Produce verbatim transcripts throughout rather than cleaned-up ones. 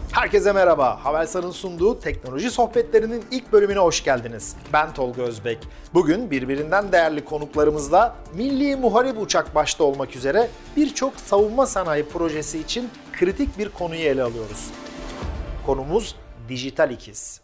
Herkese merhaba. Havelsan'ın sunduğu teknoloji sohbetlerinin ilk bölümüne hoş geldiniz. Ben Tolga Özbek. Bugün birbirinden değerli konuklarımızla Milli Muharip Uçak başta olmak üzere birçok savunma sanayi projesi için kritik bir konuyu ele alıyoruz. Konumuz dijital ikiz.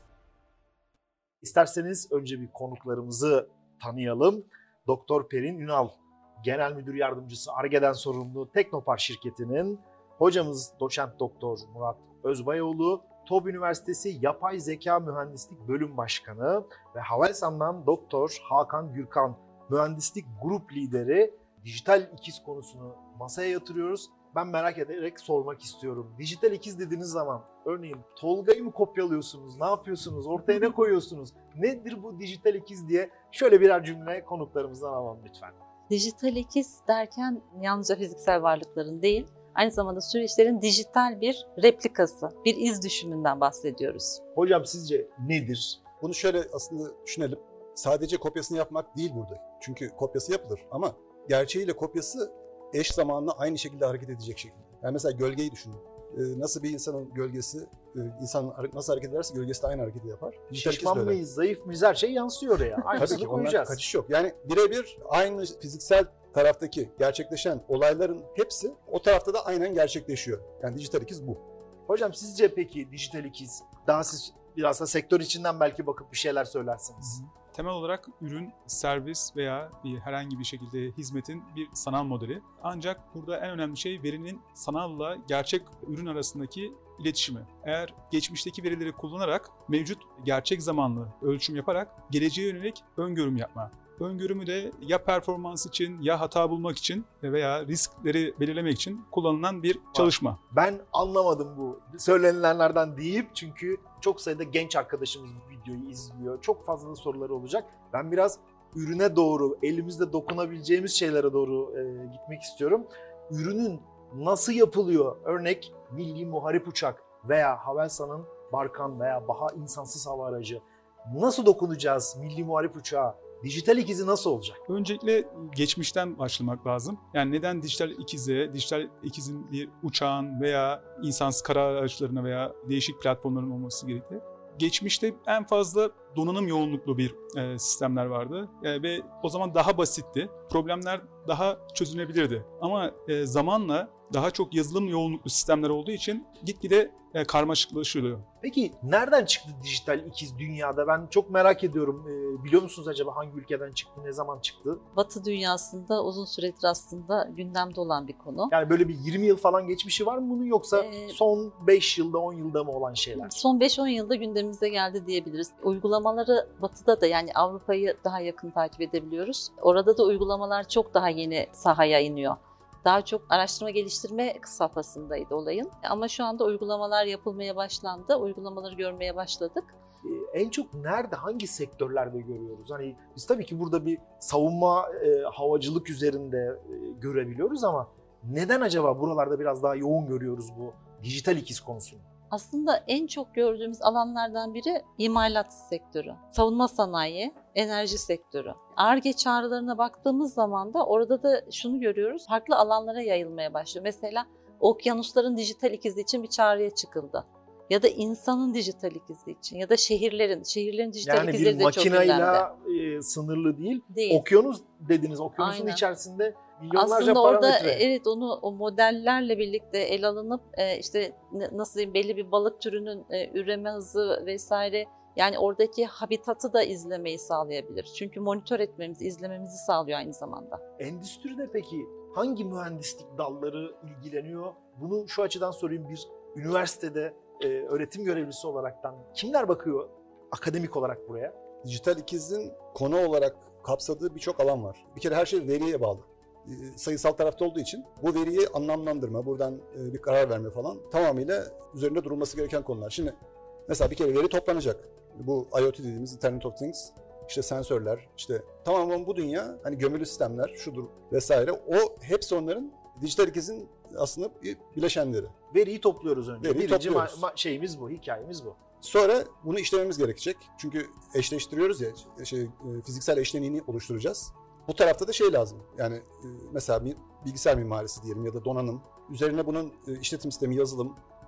İsterseniz önce bir konuklarımızı tanıyalım. Doktor Perin Ünal, Genel Müdür Yardımcısı Ar-Ge'den sorumlu Teknopar şirketinin, hocamız Doçent Doktor Murat Özbayoğlu, TOB Üniversitesi Yapay Zeka Mühendislik Bölüm Başkanı ve Havelsan'dan Doktor Hakan Gürkan, Mühendislik Grup Lideri. Dijital ikiz konusunu masaya yatırıyoruz. Ben merak ederek sormak istiyorum. Dijital ikiz dediğiniz zaman örneğin Tolga'yı mı kopyalıyorsunuz? Ne yapıyorsunuz? Ortaya ne koyuyorsunuz? Nedir bu dijital ikiz diye şöyle birer cümle konuklarımızdan alalım lütfen. Dijital ikiz derken yalnızca fiziksel varlıkların değil, aynı zamanda süreçlerin dijital bir replikası, bir iz düşümünden bahsediyoruz. Hocam sizce nedir? Bunu şöyle aslında düşünelim. Sadece kopyasını yapmak değil burada. Çünkü kopyası yapılır ama gerçeğiyle kopyası eş zamanlı aynı şekilde hareket edecek şekilde. Yani mesela gölgeyi düşünün. Ee, nasıl bir insanın gölgesi, e, insan nasıl hareket ederse gölgesi de aynı hareketi yapar. Şişman mıyız, zayıf mıyız her şey yansıyor oraya. Aynısını Tabii ki koyacağız. ondan kaçış yok. Yani birebir aynı fiziksel taraftaki gerçekleşen olayların hepsi o tarafta da aynen gerçekleşiyor. Yani dijital ikiz bu. Hocam sizce peki dijital ikiz, daha siz biraz da sektör içinden belki bakıp bir şeyler söylersiniz. Temel olarak ürün, servis veya bir herhangi bir şekilde hizmetin bir sanal modeli. Ancak burada en önemli şey verinin sanalla gerçek ürün arasındaki iletişimi. Eğer geçmişteki verileri kullanarak mevcut gerçek zamanlı ölçüm yaparak geleceğe yönelik öngörüm yapma. Öngörümü de ya performans için ya hata bulmak için veya riskleri belirlemek için kullanılan bir çalışma. Ben anlamadım bu söylenilenlerden deyip, çünkü çok sayıda genç arkadaşımız bu videoyu izliyor. Çok fazla da soruları olacak. Ben biraz ürüne doğru, elimizde dokunabileceğimiz şeylere doğru e, gitmek istiyorum. Ürünün nasıl yapılıyor? Örnek Milli Muharip Uçak veya Havelsan'ın Barkan veya Baha insansız hava aracı. Nasıl dokunacağız Milli Muharip Uçağa? Dijital ikizi nasıl olacak? Öncelikle geçmişten başlamak lazım. Yani neden dijital ikize, dijital ikizin bir uçağın veya insansız kara araçlarına veya değişik platformların olması gerekli? Geçmişte en fazla donanım yoğunluklu bir e, sistemler vardı e, ve o zaman daha basitti. Problemler daha çözülebilirdi. Ama e, zamanla daha çok yazılım yoğunluklu sistemler olduğu için gitgide e, karmaşıklaşıyor. Peki nereden çıktı dijital ikiz dünyada? Ben çok merak ediyorum. E, biliyor musunuz acaba hangi ülkeden çıktı, ne zaman çıktı? Batı dünyasında uzun süredir aslında gündemde olan bir konu. Yani böyle bir yirmi yıl falan geçmişi var mı bunun, yoksa Ee, son beş yılda, on yılda mı olan şeyler? Son beş on yılda gündemimize geldi diyebiliriz. Uygulamaları Batı'da da, yani Avrupa'yı daha yakın takip edebiliyoruz. Orada da uygulamalar çok daha yeni sahaya iniyor. Daha çok araştırma geliştirme safhasındaydı olayın. Ama şu anda uygulamalar yapılmaya başlandı. Uygulamaları görmeye başladık. Ee, en çok nerede, hangi sektörlerde görüyoruz? Hani biz tabii ki burada bir savunma, e, havacılık üzerinde e, görebiliyoruz ama neden acaba buralarda biraz daha yoğun görüyoruz bu dijital ikiz konusunu? Aslında en çok gördüğümüz alanlardan biri imalat sektörü, savunma sanayi, enerji sektörü. Ar-Ge çağrılarına baktığımız zaman da orada da şunu görüyoruz, farklı alanlara yayılmaya başlıyor. Mesela okyanusların dijital ikizi için bir çağrıya çıkıldı. Ya da insanın dijital ikizi için, ya da şehirlerin, şehirlerin dijital yani ikizleri de çok gündemde. Yani bir makinayla e, sınırlı değil. Değil. Okyanus dediniz, okyanusun Aynen. içerisinde milyonlarca Aslında parametre. orada evet, onu o modellerle birlikte ele alınıp e, işte nasıl diyeyim, belli bir balık türünün e, üreme hızı vesaire, yani oradaki habitatı da izlemeyi sağlayabilir. Çünkü monitör etmemizi, izlememizi sağlıyor aynı zamanda. Endüstride peki hangi mühendislik dalları ilgileniyor? Bunu şu açıdan sorayım, bir üniversitede e, öğretim görevlisi olaraktan kimler bakıyor akademik olarak buraya? Dijital ikizin konu olarak kapsadığı birçok alan var. Bir kere her şey veriye bağlı. Sayısal tarafta olduğu için bu veriyi anlamlandırma, buradan bir karar verme falan tamamıyla üzerinde durulması gereken konular. Şimdi mesela bir kere veri toplanacak. Bu IoT dediğimiz Internet of Things, işte sensörler, işte tamamen bu dünya, hani gömülü sistemler, şudur vesaire, o hepsi onların dijital ikizin aslında bir bileşenleri. Veriyi topluyoruz önce. Veriyi Birinci topluyoruz. ma- ma- şeyimiz bu, hikayemiz bu. Sonra bunu işlememiz gerekecek. Çünkü eşleştiriyoruz ya, şey, fiziksel eşleniğini oluşturacağız. Bu tarafta da şey lazım. Yani mesela bir bilgisayar mimarisi diyelim ya da donanım. Üzerine bunun işletim sistemi, yazılım,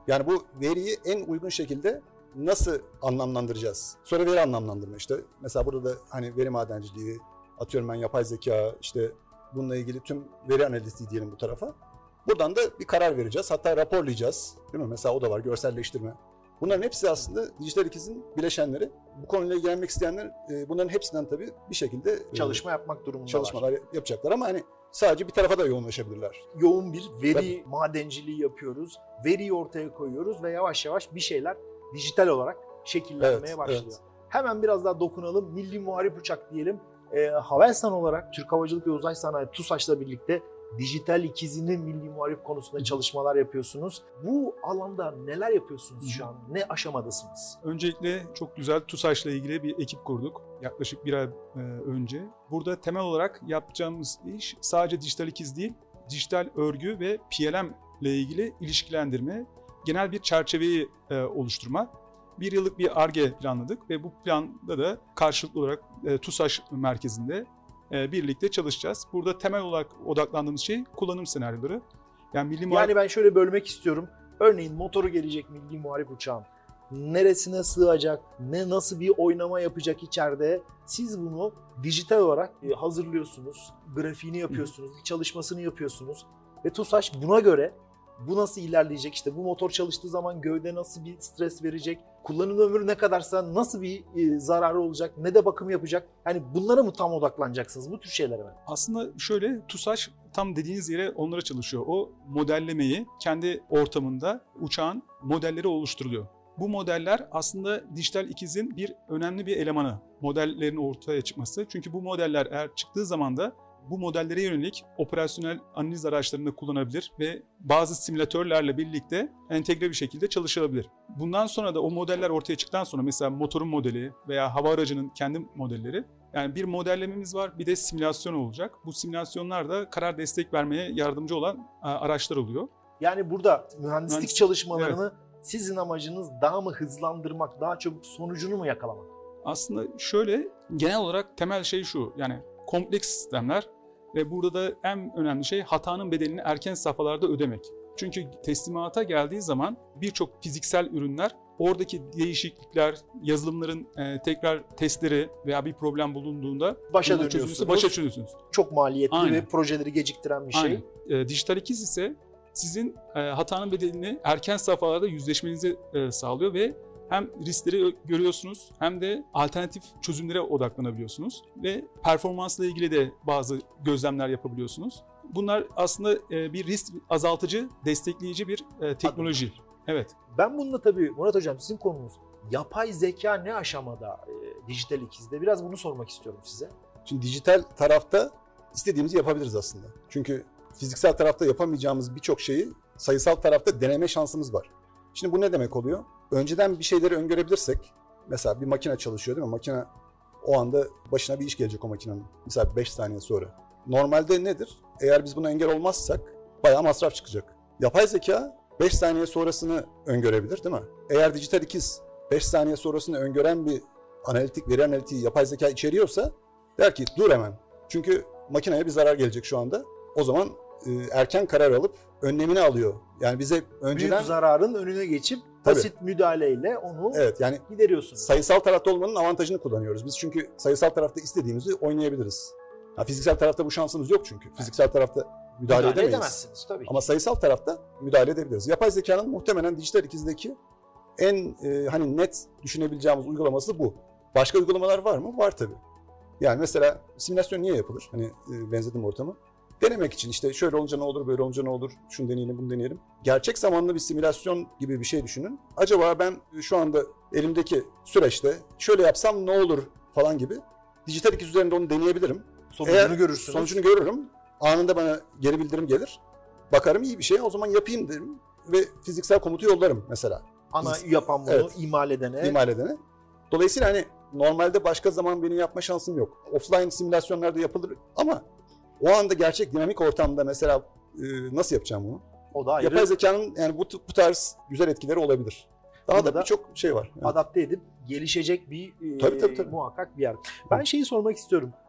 Yani bu veriyi en uygun şekilde nasıl anlamlandıracağız? Sonra veri anlamlandırma işte. Mesela burada da hani veri madenciliği, atıyorum ben yapay zeka, işte bununla ilgili tüm veri analizi diyelim bu tarafa. Buradan da bir karar vereceğiz. Hatta raporlayacağız. Değil mi? Mesela o da var, görselleştirme. Bunların hepsi aslında dijital ikizin bileşenleri. Bu konuyla ilgilenmek isteyenler bunların hepsinden tabii bir şekilde çalışma yapmak durumundalar. Çalışmalar yapacaklar ama hani sadece bir tarafa da yoğunlaşabilirler. Yoğun bir veri Tabii. madenciliği yapıyoruz. Veriyi ortaya koyuyoruz ve yavaş yavaş bir şeyler dijital olarak şekillenmeye Evet, başlıyor. evet. Hemen biraz daha dokunalım. Milli Muharip Uçak diyelim. E, Havelsan olarak Türk Havacılık ve Uzay Sanayi TUSAŞ'la birlikte dijital ikizinin milli muharip konusunda çalışmalar yapıyorsunuz. Bu alanda neler yapıyorsunuz şu an? Ne aşamadasınız? Öncelikle çok güzel TUSAŞ'la ilgili bir ekip kurduk yaklaşık bir ay e, önce. Burada temel olarak yapacağımız iş sadece dijital ikiz değil, dijital örgü ve P L M ile ilgili ilişkilendirme, genel bir çerçeveyi e, oluşturma. Bir yıllık bir Ar-Ge planladık ve bu planda da karşılıklı olarak e, TUSAŞ merkezinde e, birlikte çalışacağız. Burada temel olarak odaklandığımız şey kullanım senaryoları. Yani milli muharip... Yani ben şöyle bölmek istiyorum. Örneğin motoru gelecek milli muharip uçağın. Neresine sığacak, ne nasıl bir oynama yapacak içeride. Siz bunu dijital olarak e, hazırlıyorsunuz. Grafiğini yapıyorsunuz, bir çalışmasını yapıyorsunuz. Ve TUSAŞ buna göre bu nasıl ilerleyecek, işte bu motor çalıştığı zaman gövde nasıl bir stres verecek, kullanım ömrü ne kadarsa nasıl bir e, zararı olacak, ne de bakım yapacak. Yani bunlara mı tam odaklanacaksınız, bu tür şeylere mi? Aslında şöyle, TUSAŞ tam dediğiniz yere onlara çalışıyor. O modellemeyi kendi ortamında uçağın modelleri oluşturuluyor. Bu modeller aslında dijital ikizin bir önemli bir elemanı. Modellerin ortaya çıkması. Çünkü bu modeller eğer çıktığı zaman da bu modellere yönelik operasyonel analiz araçlarını kullanabilir ve bazı simülatörlerle birlikte entegre bir şekilde çalışılabilir. Bundan sonra da o modeller ortaya çıktıktan sonra mesela motorun modeli veya hava aracının kendi modelleri, yani bir modellememiz var, bir de simülasyon olacak. Bu simülasyonlar da karar destek vermeye yardımcı olan araçlar oluyor. Yani burada mühendislik Mühendis- çalışmalarını evet. Sizin amacınız daha mı hızlandırmak, daha çabuk sonucunu mu yakalamak? Aslında şöyle, genel olarak temel şey şu, yani kompleks sistemler ve burada da en önemli şey hatanın bedelini erken safhalarda ödemek. Çünkü teslimata geldiği zaman birçok fiziksel ürünler, oradaki değişiklikler, yazılımların e, tekrar testleri veya bir problem bulunduğunda başa dönüyorsunuz. Başa dönüyorsunuz. Çok maliyetli Aynen. ve projeleri geciktiren bir şey. Aynen. E, dijital ikiz ise sizin e, hatanın bedelini erken safhalarda yüzleşmenizi e, sağlıyor ve hem riskleri görüyorsunuz hem de alternatif çözümlere odaklanabiliyorsunuz ve performansla ilgili de bazı gözlemler yapabiliyorsunuz. Bunlar aslında bir risk azaltıcı, destekleyici bir teknoloji. Evet. Ben bununla tabii Murat Hocam, sizin konunuz yapay zeka ne aşamada e, dijital ikizde? Biraz bunu sormak istiyorum size. Şimdi dijital tarafta istediğimizi yapabiliriz aslında. Çünkü fiziksel tarafta yapamayacağımız birçok şeyi sayısal tarafta deneme şansımız var. Şimdi bu ne demek oluyor? Önceden bir şeyleri öngörebilirsek, mesela bir makine çalışıyor değil mi? Makine o anda başına bir iş gelecek o makinenin. Mesela beş saniye sonra. Normalde nedir? Eğer biz buna engel olmazsak bayağı masraf çıkacak. Yapay zeka beş saniye sonrasını öngörebilir değil mi? Eğer dijital ikiz beş saniye sonrasını öngören bir analitik, veri analitiği yapay zeka içeriyorsa der ki dur hemen. Çünkü makineye bir zarar gelecek şu anda. O zaman e, erken karar alıp önlemini alıyor. Yani bize önceden... Büyük zararın önüne geçip Tabii. basit müdahaleyle onu evet, yani gideriyorsunuz. Sayısal tarafta olmanın avantajını kullanıyoruz. Biz çünkü sayısal tarafta istediğimizi oynayabiliriz. Ha, fiziksel tarafta bu şansımız yok çünkü. Fiziksel tarafta müdahale, müdahale edemeyiz. edemezsiniz tabii ki. Ama sayısal tarafta müdahale edebiliriz. Yapay zekanın muhtemelen dijital ikizdeki en e, hani net düşünebileceğimiz uygulaması bu. Başka uygulamalar var mı? Var tabii. Yani mesela simülasyon niye yapılır? Hani e, benzedim ortamı. Denemek için işte şöyle olunca ne olur, böyle olunca ne olur, şunu deneyelim, bunu deneyelim. Gerçek zamanlı bir simülasyon gibi bir şey düşünün. Acaba ben şu anda elimdeki süreçte şöyle yapsam ne olur falan gibi dijital ikiz üzerinde onu deneyebilirim. Sonucunu Eğer görürsünüz. Sonucunu görürüm. Anında bana geri bildirim gelir. Bakarım iyi bir şey, o zaman yapayım derim ve fiziksel komutu yollarım mesela. Ana Fizik- yapan bunu Evet. imal edene. İmal edene. Dolayısıyla hani normalde başka zaman benim yapma şansım yok. Offline simülasyonlarda yapılır ama o anda gerçek dinamik ortamda mesela e, nasıl yapacağım bunu? O da ayrı. Yapay zekanın yani bu, bu tarz güzel etkileri olabilir. Daha Burada da da birçok şey var. Yani. adapte edip gelişecek bir e, Tabii, tabii, tabii. muhakkak bir yer. Ben şeyi sormak istiyorum.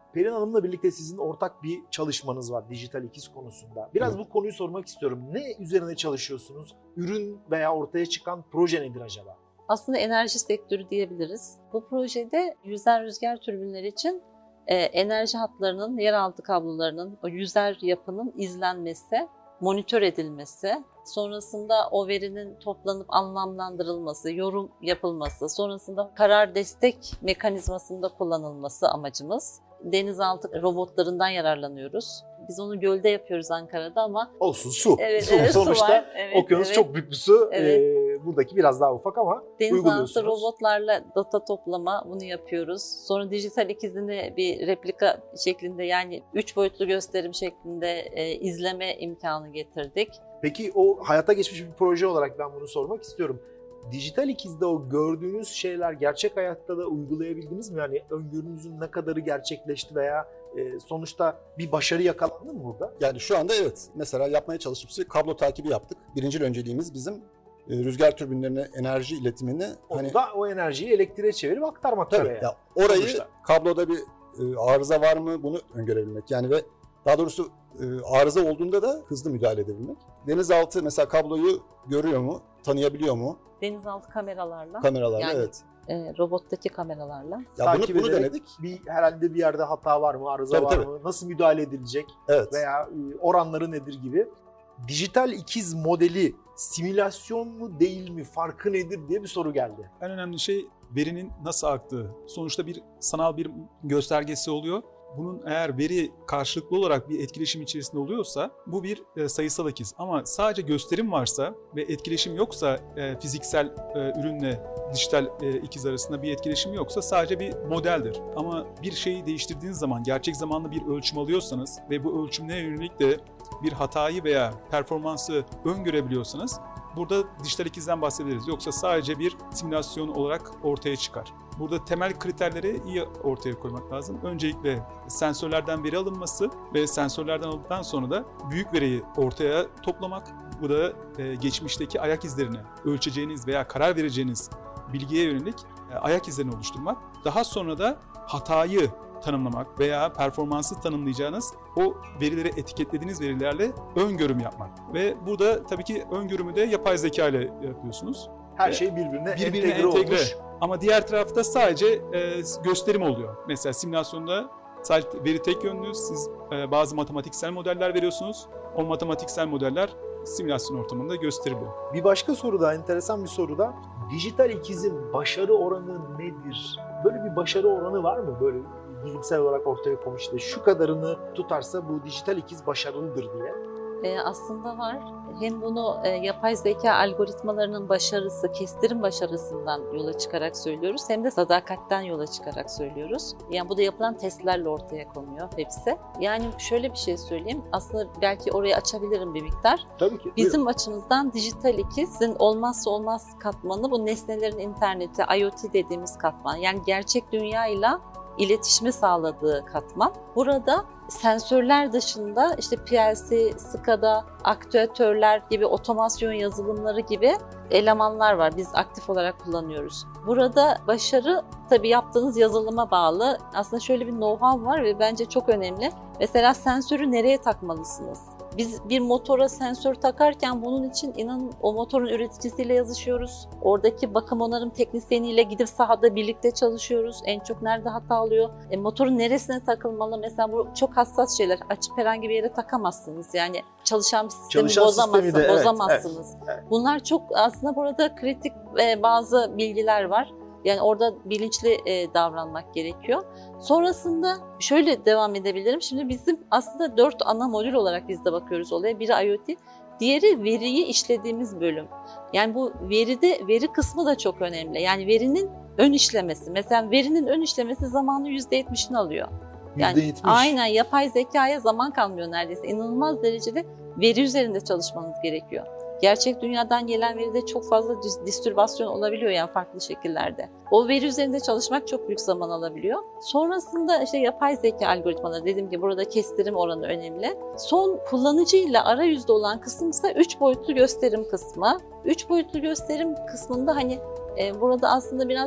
Perin Hanım'la birlikte sizin ortak bir çalışmanız var dijital ikiz konusunda. Biraz Evet. bu konuyu sormak istiyorum. Ne üzerine çalışıyorsunuz? Ürün veya ortaya çıkan proje nedir acaba? Aslında enerji sektörü diyebiliriz. Bu projede yüzer rüzgar türbinleri için e, enerji hatlarının, yeraltı kablolarının, o yüzer yapının izlenmesi, monitör edilmesi, sonrasında o verinin toplanıp anlamlandırılması, yorum yapılması, sonrasında karar destek mekanizmasında kullanılması amacımız. Denizaltı robotlarından yararlanıyoruz. Biz onu gölde yapıyoruz Ankara'da ama Olsun su. evet, su. evet, su Sonuçta var. Evet, okyanus evet. çok büyük bir su. Evet. Ee, buradaki biraz daha ufak ama Denizaltı uyguluyorsunuz. robotlarla data toplama bunu yapıyoruz. Sonra dijital ikizini bir replika şeklinde yani üç boyutlu gösterim şeklinde e, izleme imkanı getirdik. Peki o hayata geçmiş bir proje olarak ben bunu sormak istiyorum. Dijital ikizde o gördüğünüz şeyler gerçek hayatta da uygulayabildiniz mi? Yani öngörünüzün ne kadarı gerçekleşti veya e, sonuçta bir başarı yakalandı mı burada? Yani şu anda evet. Mesela yapmaya çalıştığımız kablo takibi yaptık. Birincil önceliğimiz bizim e, rüzgar türbinlerine enerji iletimini Onu hani da o enerjiyi elektriğe çevirip aktarmak tabii oraya. ya orayı Sonuçta. kabloda bir e, arıza var mı bunu öngörebilmek. Yani ve daha doğrusu e, arıza olduğunda da hızlı müdahale edebilmek. Denizaltı mesela kabloyu görüyor mu? Tanıyabiliyor mu? Denizaltı kameralarla, Kameralarla Yani- evet. e, robottaki kameralarla. Ya Takip bunu, bunu ederek denedik. Bir herhalde bir yerde hata var mı, arıza Tabii, var tabii. mı, nasıl müdahale edilecek Evet. veya e, oranları nedir gibi. Dijital ikiz modeli simülasyon mu değil mi, farkı nedir diye bir soru geldi. En önemli şey verinin nasıl aktığı. Sonuçta bir sanal bir göstergesi oluyor. Bunun eğer veri karşılıklı olarak bir etkileşim içerisinde oluyorsa bu bir e, sayısal ikiz. Ama sadece gösterim varsa ve etkileşim yoksa e, fiziksel e, ürünle dijital e, ikiz arasında bir etkileşim yoksa sadece bir modeldir. Ama bir şeyi değiştirdiğiniz zaman gerçek zamanlı bir ölçüm alıyorsanız ve bu ölçümlere yönelik de bir hatayı veya performansı öngörebiliyorsanız burada dijital ikizden bahsederiz. Yoksa sadece bir simülasyon olarak ortaya çıkar. Burada temel kriterleri iyi ortaya koymak lazım. Öncelikle sensörlerden veri alınması ve sensörlerden aldıktan sonra da büyük veriyi ortaya toplamak. Bu da e, geçmişteki ayak izlerini ölçeceğiniz veya karar vereceğiniz bilgiye yönelik e, ayak izlerini oluşturmak. Daha sonra da hatayı tanımlamak veya performansı tanımlayacağınız o verileri etiketlediğiniz verilerle öngörüm yapmak. Ve burada tabii ki öngörümü de yapay zeka ile yapıyorsunuz. Her Ve şey birbirine, birbirine entegre, entegre. olmuş. Ama diğer tarafta sadece e, gösterim oluyor. Mesela simülasyonda sadece veri tek yönlü, siz e, bazı matematiksel modeller veriyorsunuz. O matematiksel modeller simülasyon ortamında gösteriliyor. Bir başka soru da, enteresan bir soru da, dijital ikizin başarı oranı nedir? Böyle bir başarı oranı var mı? Böyle bilimsel olarak ortaya konmuş işte şu kadarını tutarsa bu dijital ikiz başarılıdır diye. E, aslında var. Hem bunu e, yapay zeka algoritmalarının başarısı, kestirim başarısından yola çıkarak söylüyoruz. Hem de sadakatten yola çıkarak söylüyoruz. Yani bu da yapılan testlerle ortaya konuyor hepsi. Yani şöyle bir şey söyleyeyim. Aslında belki orayı açabilirim bir miktar. Tabii ki. Bizim açımızdan dijital ikizin olmazsa olmaz katmanı bu nesnelerin interneti, IoT dediğimiz katman. Yani gerçek dünyayla iletişimi sağladığı katman. Burada sensörler dışında işte P L C, SCADA, aktüatörler gibi otomasyon yazılımları gibi elemanlar var. Biz aktif olarak kullanıyoruz. Burada başarı tabii yaptığınız yazılıma bağlı. Aslında şöyle bir know-how var ve bence çok önemli. Mesela sensörü nereye takmalısınız? Biz bir motora sensör takarken bunun için inanın o motorun üreticisiyle yazışıyoruz. Oradaki bakım onarım teknisyeniyle gidip sahada birlikte çalışıyoruz. En çok nerede hata oluyor? E, motorun neresine takılmalı? Mesela bu çok hassas şeyler. Açıp herhangi bir yere takamazsınız. Yani çalışan bir sistemi Çalışan bozamazsınız. sistemi de, evet, bozamazsınız. evet, evet. Bunlar çok aslında burada kritik e, bazı bilgiler var. Yani orada bilinçli e, davranmak gerekiyor. Sonrasında şöyle devam edebilirim. Şimdi bizim aslında dört ana modül olarak biz de bakıyoruz olaya. Biri IoT, diğeri veriyi işlediğimiz bölüm. Yani bu veride veri kısmı da çok önemli. Yani verinin ön işlemesi. Mesela verinin ön işlemesi zamanı yüzde yetmişini alıyor. Yani yüzde yetmiş. aynen yapay zekaya zaman kalmıyor neredeyse. İnanılmaz derecede veri üzerinde çalışmanız gerekiyor. Gerçek dünyadan gelen veride çok fazla distürbasyon olabiliyor yani farklı şekillerde. O veri üzerinde çalışmak çok büyük zaman alabiliyor. Sonrasında işte yapay zeka algoritmaları, dediğim gibi burada kestirim oranı önemli. Son kullanıcıyla arayüzde olan kısım ise üç boyutlu gösterim kısmı. üç boyutlu gösterim kısmında hani e, burada aslında biraz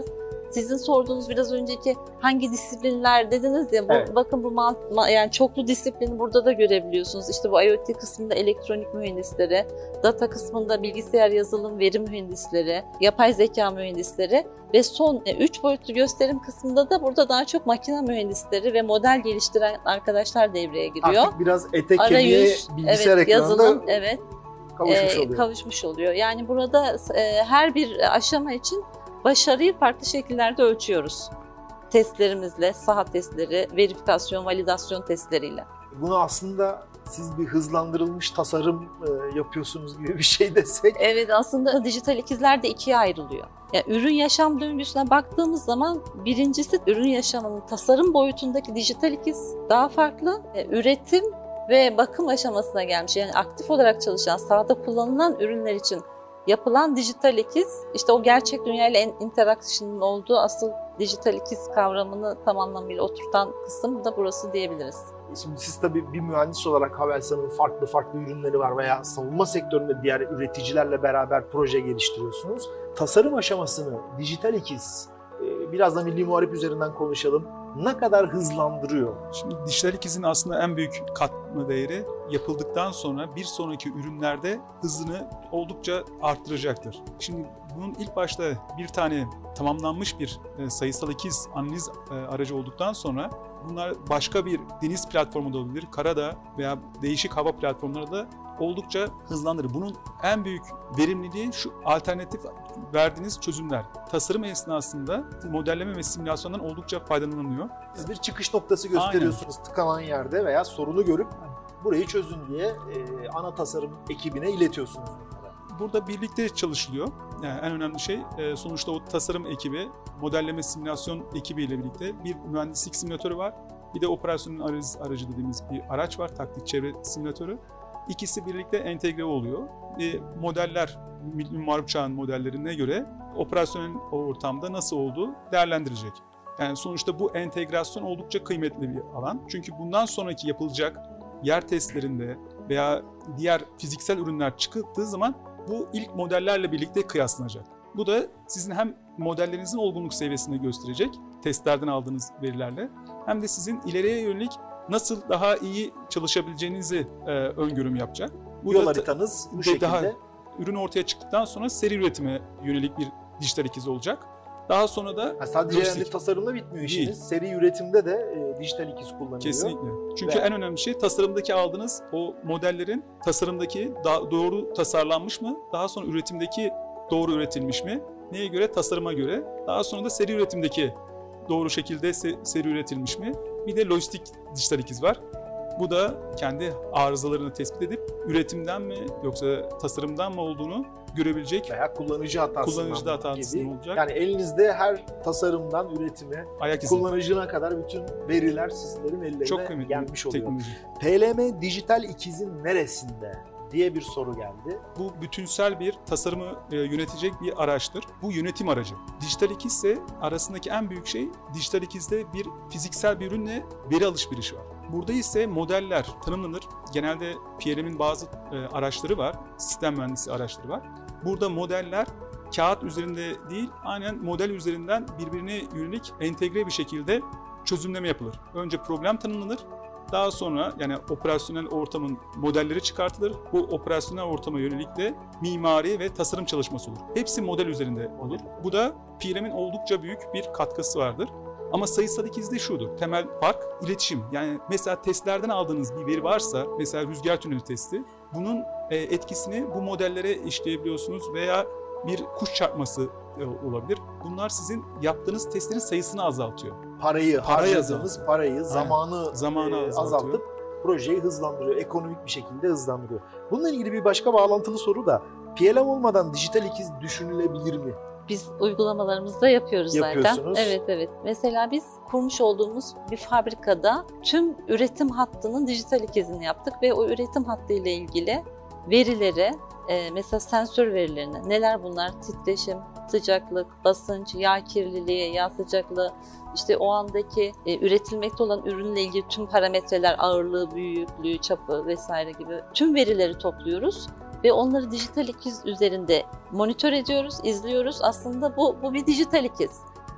Sizin sorduğunuz biraz önceki hangi disiplinler dediniz ya, bu, Evet. bakın bu ma- ma- yani çoklu disiplini burada da görebiliyorsunuz. İşte bu IoT kısmında elektronik mühendisleri, data kısmında bilgisayar yazılım veri mühendisleri, yapay zeka mühendisleri ve son üç boyutlu gösterim kısmında da burada daha çok makine mühendisleri ve model geliştiren arkadaşlar devreye giriyor. Artık biraz ete kemiğe Arayüz, bilgisayar evet, ekranında yazılım, evet, kavuşmuş e, oluyor. kavuşmuş oluyor. Yani burada e, her bir aşama için başarıyı farklı şekillerde ölçüyoruz. Testlerimizle, saha testleri, verifikasyon, validasyon testleriyle. Bunu aslında siz bir hızlandırılmış tasarım e, yapıyorsunuz gibi bir şey desek. Evet, aslında dijital ikizler de ikiye ayrılıyor. Yani ürün yaşam döngüsüne baktığımız zaman birincisi ürün yaşamının tasarım boyutundaki dijital ikiz daha farklı. E, üretim ve bakım aşamasına gelmiş. Yani aktif olarak çalışan, sahada kullanılan ürünler için yapılan dijital ikiz, işte o gerçek dünyayla interaction'ın olduğu asıl dijital ikiz kavramını tam anlamıyla oturtan kısım da burası diyebiliriz. Şimdi siz tabii bir mühendis olarak Havelsan'ın farklı farklı ürünleri var veya savunma sektöründe diğer üreticilerle beraber proje geliştiriyorsunuz. Tasarım aşamasını dijital ikiz, biraz da milli muharip üzerinden konuşalım. Ne kadar hızlandırıyor? Şimdi dijital ikizin aslında en büyük katma değeri yapıldıktan sonra bir sonraki ürünlerde hızını oldukça arttıracaktır. Şimdi bunun ilk başta bir tane tamamlanmış bir sayısal ikiz analiz aracı olduktan sonra bunlar başka bir deniz platformu da olabilir, karada veya değişik hava platformları da oldukça hızlandırır. Bunun en büyük verimliliği şu alternatif verdiğiniz çözümler. Tasarım esnasında modelleme ve simülasyondan oldukça faydalanılıyor. Siz bir çıkış noktası gösteriyorsunuz Aynen. tıkanan yerde veya sorunu görüp burayı çözün diye e, ana tasarım ekibine iletiyorsunuz. Burada birlikte çalışılıyor. Yani en önemli şey sonuçta o tasarım ekibi, modelleme simülasyon ekibiyle birlikte bir mühendislik simülatörü var. Bir de operasyonel analiz aracı dediğimiz bir araç var, taktik çevre simülatörü. İkisi birlikte entegre oluyor. E, modeller, milli muharip çağın modellerine göre operasyonel ortamda nasıl olduğu değerlendirecek. Yani sonuçta bu entegrasyon oldukça kıymetli bir alan. Çünkü bundan sonraki yapılacak yer testlerinde veya diğer fiziksel ürünler çıktığı zaman bu ilk modellerle birlikte kıyaslanacak. Bu da sizin hem modellerinizin olgunluk seviyesini gösterecek, testlerden aldığınız verilerle, hem de sizin ileriye yönelik nasıl daha iyi çalışabileceğinizi e, öngörüm yapacak. Bu yol haritanız bu şekilde. Daha, ürün ortaya çıktıktan sonra seri üretime yönelik bir dijital ikiz olacak. Daha sonra da ha, sadece yani tasarımda bitmiyor işiniz. Değil. Seri üretimde de e, dijital ikiz kullanılıyor. Kesinlikle. Çünkü Ve... en önemli şey tasarımdaki aldığınız o modellerin tasarımdaki da- doğru tasarlanmış mı? Daha sonra üretimdeki doğru üretilmiş mi? Neye göre? Tasarıma göre. Daha sonra da seri üretimdeki doğru şekilde se- seri üretilmiş mi? Bir de lojistik dijital ikiz var. Bu da kendi arızalarını tespit edip üretimden mi yoksa tasarımdan mı olduğunu görebilecek veya kullanıcı hatasından kullanıcı hatasından gibi. olacak. Yani elinizde her tasarımdan üretime, ayak izi, kullanıcına kadar bütün veriler sizlerin ellerine çok gelmiş oluyor. Teknoloji. P L M dijital ikizin neresinde diye bir soru geldi. Bu bütünsel bir tasarımı e, yönetecek bir araçtır. Bu yönetim aracı. Dijital ikiz ise arasındaki en büyük şey, dijital ikizde bir fiziksel bir ürünle veri alışverişi var. Burada ise modeller tanımlanır. Genelde P L M'in bazı e, araçları var, sistem mühendisi araçları var. Burada modeller kağıt üzerinde değil, aynen model üzerinden birbirine yönelik entegre bir şekilde çözümleme yapılır. Önce problem tanımlanır. Daha sonra yani operasyonel ortamın modelleri çıkartılır. Bu operasyonel ortama yönelik de mimari ve tasarım çalışması olur. Hepsi model üzerinde olur. Bu da P L M'in oldukça büyük bir katkısı vardır. Ama sayısal ikizde şudur. Temel fark iletişim. Yani mesela testlerden aldığınız bir veri varsa, mesela rüzgar tüneli testi, bunun etkisini bu modellere işleyebiliyorsunuz veya bir kuş çarpması olabilir. Bunlar sizin yaptığınız testlerin sayısını azaltıyor. Parayı, parayı harcadığınız parayı, zamanı, zamanı e, azaltıp projeyi hızlandırıyor. Ekonomik bir şekilde hızlandırıyor. Bununla ilgili bir başka bağlantılı soru da P L M olmadan dijital ikiz düşünülebilir mi? Biz uygulamalarımızda yapıyoruz zaten. Evet evet. Mesela biz kurmuş olduğumuz bir fabrikada tüm üretim hattının dijital ikizini yaptık ve o üretim hattı ile ilgili verileri, e, mesela sensör verilerini, neler bunlar? Titreşim, sıcaklık, basınç, yağ kirliliği, yağ sıcaklığı, işte o andaki e, üretilmekte olan ürünle ilgili tüm parametreler, ağırlığı, büyüklüğü, çapı vesaire gibi tüm verileri topluyoruz. Ve onları dijital ikiz üzerinde monitör ediyoruz, izliyoruz. Aslında bu, bu bir dijital ikiz.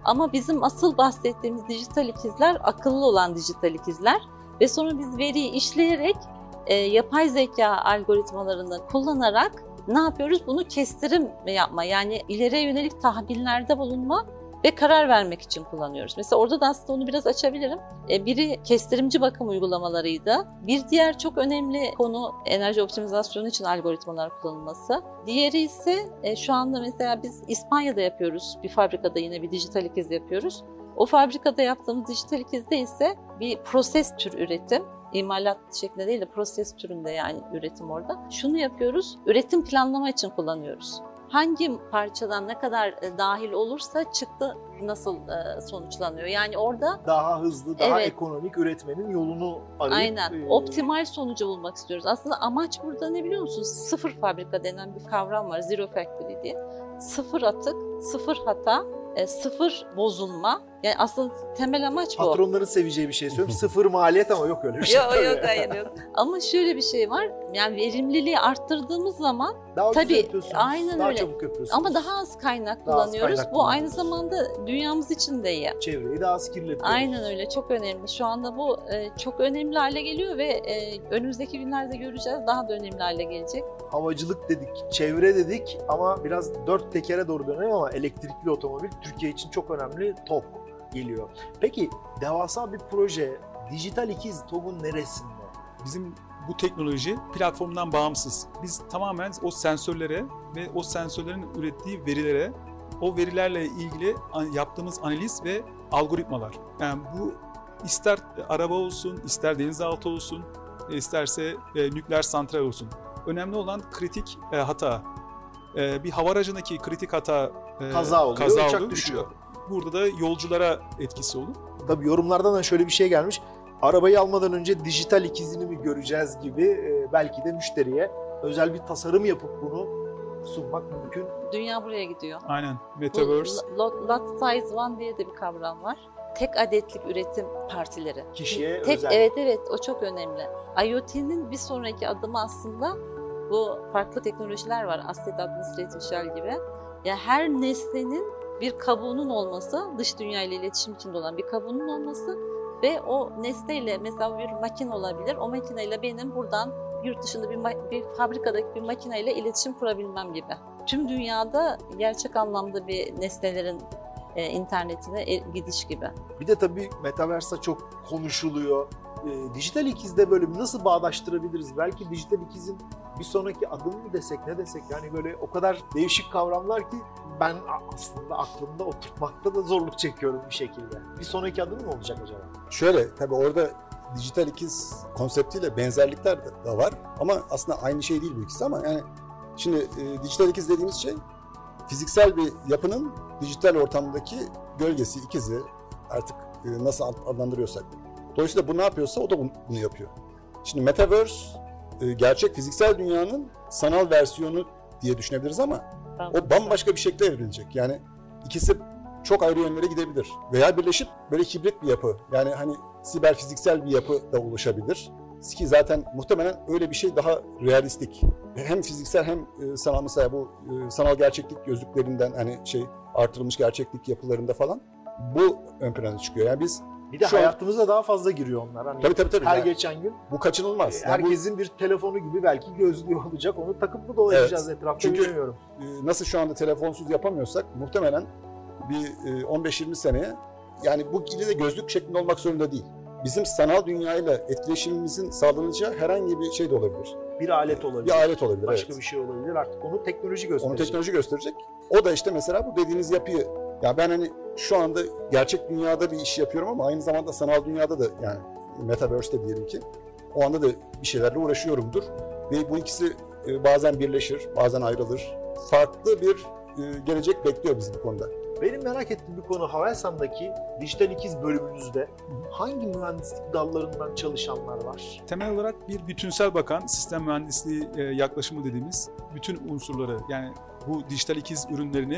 Ama bizim asıl bahsettiğimiz dijital ikizler akıllı olan dijital ikizler ve sonra biz veriyi işleyerek e, yapay zeka algoritmalarını kullanarak ne yapıyoruz? Bunu kestirim yapma, yani ileriye yönelik tahminlerde bulunma ve karar vermek için kullanıyoruz. Mesela orada da aslında onu biraz açabilirim. Biri kestirimci bakım uygulamalarıydı. Bir diğer çok önemli konu enerji optimizasyonu için algoritmalar kullanılması. Diğeri ise şu anda mesela biz İspanya'da yapıyoruz. Bir fabrikada yine bir dijital ikiz yapıyoruz. O fabrikada yaptığımız dijital ikizde ise bir proses tür üretim. İmalat şeklinde değil de proses türünde, yani üretim orada. Şunu yapıyoruz, üretim planlama için kullanıyoruz. Hangi parçadan ne kadar dahil olursa çıktı nasıl sonuçlanıyor. Yani orada daha hızlı, daha evet, ekonomik üretmenin yolunu arayıp aynen e... optimal sonucu bulmak istiyoruz. Aslında amaç burada ne biliyor musunuz? Sıfır fabrika denen bir kavram var, zero factory diye. Sıfır atık, sıfır hata, sıfır bozulma. Yani aslında temel amaç bu. Patronların seveceği bir şey söylüyorum. Sıfır maliyet ama yok öyle bir şey. Yok yok hayır yok. Ama şöyle bir şey var. Yani verimliliği arttırdığımız zaman daha tabii yapıyorsunuz, aynen daha öyle. çabuk yapıyorsunuz. Ama daha az kaynak daha kullanıyoruz. az kaynak bu aynı zamanda dünyamız için de iyi. Çevreyi daha az kirletiyoruz. Aynen öyle, çok önemli. Şu anda bu e, çok önemli hale geliyor ve e, önümüzdeki günlerde göreceğiz, daha da önemli hale gelecek. Havacılık dedik, çevre dedik ama biraz dört tekere doğru dönelim ama elektrikli otomobil Türkiye için çok önemli. TOG geliyor. Peki devasa bir proje, dijital ikiz TOG'un neresinde? Bizim bu teknoloji platformdan bağımsız. Biz tamamen o sensörlere ve o sensörlerin ürettiği verilere, o verilerle ilgili yaptığımız analiz ve algoritmalar. Yani bu ister araba olsun, ister denizaltı olsun, isterse e, nükleer santral olsun. Önemli olan kritik e, hata. E, bir hava aracındaki kritik hata e, kaza oluyor, kaza uçak oluyor, düşüyor. Burada da yolculara etkisi olur. Tabii yorumlardan da şöyle bir şey gelmiş. Arabayı almadan önce dijital ikizini mi göreceğiz gibi e, belki de müşteriye özel bir tasarım yapıp bunu sunmak mümkün. Dünya buraya gidiyor. Aynen. Metaverse. Bu lot, lot size one diye de bir kavram var. Tek adetlik üretim partileri. Kişiye Tek, özel. Evet evet, o çok önemli. IoT'nin bir sonraki adımı aslında bu farklı teknolojiler var. Asset Administrative Shell gibi. Ya her nesnenin bir kabuğunun olması, dış dünya ile iletişim içinde olan bir kabuğunun olması ve o nesneyle mesela bir makine olabilir. O makineyle benim buradan yurt dışında bir, bir fabrikadaki bir makineyle iletişim kurabilmem gibi. Tüm dünyada gerçek anlamda bir nesnelerin e, internetine e, gidiş gibi. Bir de tabii Metaverse'da çok konuşuluyor. E, dijital ikizde böyle nasıl bağdaştırabiliriz? Belki dijital ikizin bir sonraki adım mı desek, ne desek? Yani böyle o kadar değişik kavramlar ki ben aslında aklımda oturtmakta da zorluk çekiyorum bir şekilde. Bir sonraki adım mı olacak acaba? Şöyle, tabii orada dijital ikiz konseptiyle benzerlikler de var ama aslında aynı şey değil bu ikisi ama yani şimdi e, dijital ikiz dediğimiz şey fiziksel bir yapının dijital ortamdaki gölgesi, ikizi, artık e, nasıl adlandırıyorsak. Dolayısıyla bu ne yapıyorsa o da bunu yapıyor. Şimdi Metaverse e, gerçek fiziksel dünyanın sanal versiyonu diye düşünebiliriz ama o bambaşka bir şekilde evrilecek. Yani ikisi çok ayrı yönlere gidebilir. Veya birleşip böyle hibrit bir yapı, yani hani siber fiziksel bir yapı da oluşabilir. Ki zaten muhtemelen öyle bir şey daha realistik. Hem fiziksel hem sanal, mesela bu sanal gerçeklik gözlüklerinden hani şey artırılmış gerçeklik yapılarında falan bu ön plana çıkıyor. Yani biz bir de şu hayatımıza an... daha fazla giriyor onlar. Hani tabii, tabii, tabii. Her yani, geçen gün bu kaçınılmaz. Yani herkesin bu... bir telefonu gibi belki gözlüğü olacak. Onu takıp mı dolaşacağız evet. etrafta Çünkü, bilmiyorum. Nasıl şu anda telefonsuz yapamıyorsak muhtemelen bir on beş yirmi seneye, yani bu yine de gözlük şeklinde olmak zorunda değil. Bizim sanal dünyayla etkileşimimizin sağlanacağı herhangi bir şey de olabilir. Bir alet olabilir. Bir alet olabilir. Başka evet. bir şey olabilir. Artık onu teknoloji gösterecek. Onu teknoloji gösterecek. O da işte mesela bu dediğiniz yapıyı, ya ben hani şu anda gerçek dünyada bir iş yapıyorum ama aynı zamanda sanal dünyada da, yani Metaverse'de diyelim ki o anda da bir şeylerle uğraşıyorumdur. Ve bu ikisi bazen birleşir, bazen ayrılır. Farklı bir gelecek bekliyor bizi bu konuda. Benim merak ettiğim bir konu, Havelsan'daki dijital ikiz bölümünüzde hangi mühendislik dallarından çalışanlar var? Temel olarak bir bütünsel bakan sistem mühendisliği yaklaşımı dediğimiz bütün unsurları, yani bu dijital ikiz ürünlerini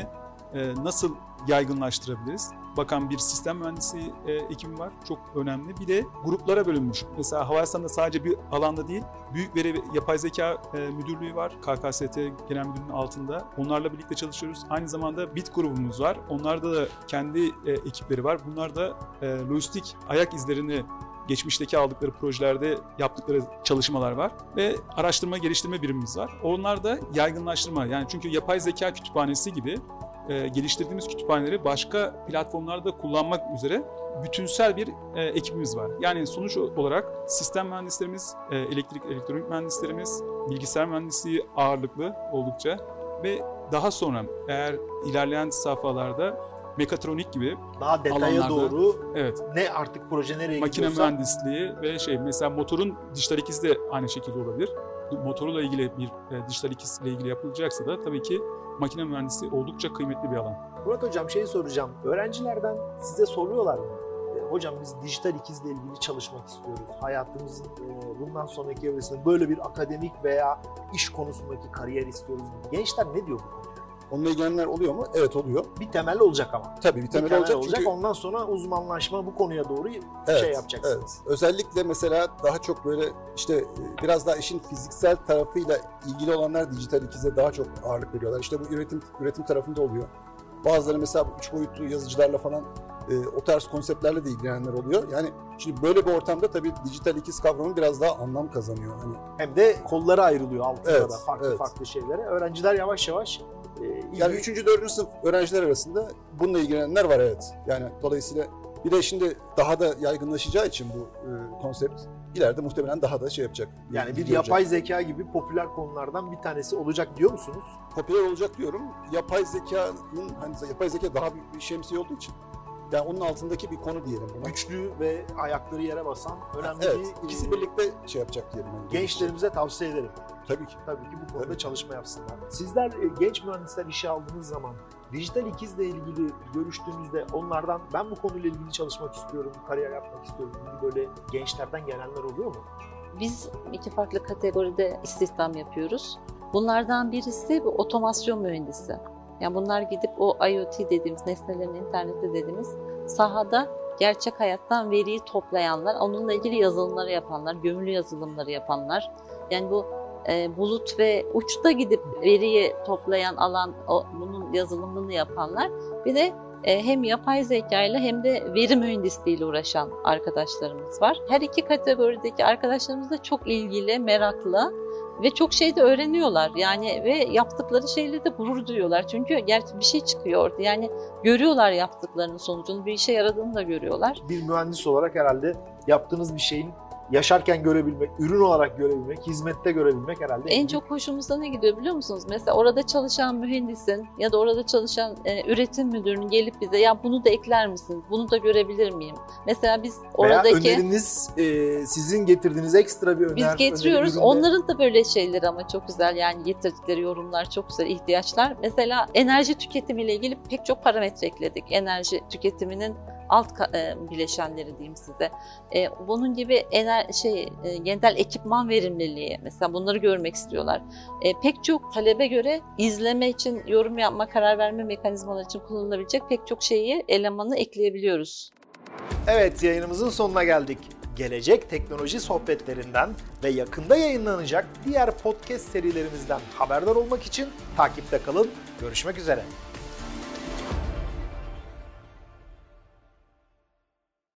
e, nasıl yaygınlaştırabiliriz? Bakan bir sistem mühendisi e, ekibi var. Çok önemli. Bir de gruplara bölünmüş. Mesela Havelsan'da sadece bir alanda değil, büyük veri ve yapay zeka e, müdürlüğü var. K K S T Genel Müdürlüğü'nün altında. Onlarla birlikte çalışıyoruz. Aynı zamanda BIT grubumuz var. Onlarda da kendi e, ekipleri var. Bunlar da e, lojistik ayak izlerini geçmişteki aldıkları projelerde yaptıkları çalışmalar var ve araştırma geliştirme birimimiz var. Onlar da yaygınlaştırma, yani çünkü yapay zeka kütüphanesi gibi e, geliştirdiğimiz kütüphaneleri başka platformlarda kullanmak üzere bütünsel bir e, ekibimiz var. Yani sonuç olarak sistem mühendislerimiz, e, elektrik elektronik mühendislerimiz, bilgisayar mühendisliği ağırlıklı oldukça ve daha sonra eğer ilerleyen safhalarda mekatronik gibi daha detaya doğru, evet, ne artık proje nereye makine gidiyorsa. mühendisliği ve şey, mesela motorun dijital ikizi de aynı şekilde olabilir. Motorla ilgili bir e, dijital ikiziyle ilgili yapılacaksa da tabii ki makine mühendisliği oldukça kıymetli bir alan. Murat Hocam, şeyi soracağım. Öğrencilerden size soruyorlar mı? E, hocam biz dijital ikizle ilgili çalışmak istiyoruz. Hayatımızın e, bundan sonraki evresinde böyle bir akademik veya iş konusundaki kariyer istiyoruz. Gençler ne diyor bu konuda? Onunla ilgilenenler oluyor mu? Evet, oluyor. Bir temel olacak ama. Tabii bir temel, bir temel olacak, olacak. çünkü Ondan sonra uzmanlaşma, bu konuya doğru evet, şey yapacaksınız. Evet. Özellikle mesela daha çok böyle işte biraz daha işin fiziksel tarafıyla ilgili olanlar dijital ikize daha çok ağırlık veriyorlar. İşte bu üretim üretim tarafında oluyor. Bazıları mesela üç boyutlu yazıcılarla falan e, o tarz konseptlerle de ilgilenenler oluyor. Yani şimdi böyle bir ortamda tabii dijital ikiz kavramı biraz daha anlam kazanıyor. Hani hem de kolları ayrılıyor altında evet, da farklı evet. farklı şeylere. Öğrenciler yavaş yavaş e, yani üçüncü dördüncü sınıf öğrenciler arasında bununla ilgilenenler var, evet. Yani dolayısıyla bir de şimdi daha da yaygınlaşacağı için bu e, konsept ileride muhtemelen daha da şey yapacak. yani bir görecek. yapay zeka gibi popüler konulardan bir tanesi olacak diyor musunuz? Popüler olacak diyorum. Yapay zekanın, hani yapay zeka daha büyük bir şemsiye olduğu için, yani onun altındaki bir konu diyelim buna. Güçlü ve ayakları yere basan önemli Evet, bir ikisi e, birlikte şey yapacak diyelim. Yani gençlerimize tavsiye ederim. tabii ki. Tabii ki bu konuda Evet. çalışma yapsınlar. Sizler e, genç mühendisler işe aldığınız zaman dijital ikizle ilgili görüştüğünüzde onlardan ben bu konuyla ilgili çalışmak istiyorum, kariyer yapmak istiyorum gibi böyle gençlerden gelenler oluyor mu? Biz iki farklı kategoride istihdam yapıyoruz. Bunlardan birisi bu otomasyon mühendisi. Yani bunlar gidip o IoT dediğimiz, nesnelerin interneti dediğimiz sahada gerçek hayattan veriyi toplayanlar, onunla ilgili yazılımları yapanlar, gömülü yazılımları yapanlar. Yani bu e, bulut ve uçta gidip veriyi toplayan alan, o, bunun yazılımını yapanlar. Bir de e, hem yapay zeka ile hem de veri mühendisliğiyle uğraşan arkadaşlarımız var. Her iki kategorideki arkadaşlarımız da çok ilgili, meraklı ve çok şey de öğreniyorlar. Yani ve yaptıkları şeyle de gurur duyuyorlar. Çünkü gerçi bir şey çıkıyor orada. Yani görüyorlar yaptıklarının sonucunu, bir işe yaradığını da görüyorlar. Bir mühendis olarak herhalde yaptığınız bir şeyin yaşarken görebilmek, ürün olarak görebilmek, hizmette görebilmek herhalde. En çok hoşumuza ne gidiyor biliyor musunuz? Mesela orada çalışan mühendisin ya da orada çalışan e, üretim müdürünün gelip bize ya bunu da ekler misin? Bunu da görebilir miyim? Mesela biz oradaki... Veya öneriniz e, sizin getirdiğiniz ekstra bir öner. Biz getiriyoruz. öneri üründe- Onların da böyle şeyleri ama çok güzel, yani getirdikleri yorumlar çok güzel, ihtiyaçlar. Mesela enerji tüketimiyle ilgili pek çok parametre ekledik. Enerji tüketiminin alt e, bileşenleri diyeyim size. E, bunun gibi ener şey e, genel ekipman verimliliği, mesela bunları görmek istiyorlar. E, pek çok talebe göre izleme için, yorum yapma, karar verme mekanizmaları için kullanılabilecek pek çok şeyi, elemanı ekleyebiliyoruz. Evet, yayınımızın sonuna geldik. Gelecek teknoloji sohbetlerinden ve yakında yayınlanacak diğer podcast serilerimizden haberdar olmak için takipte kalın. Görüşmek üzere.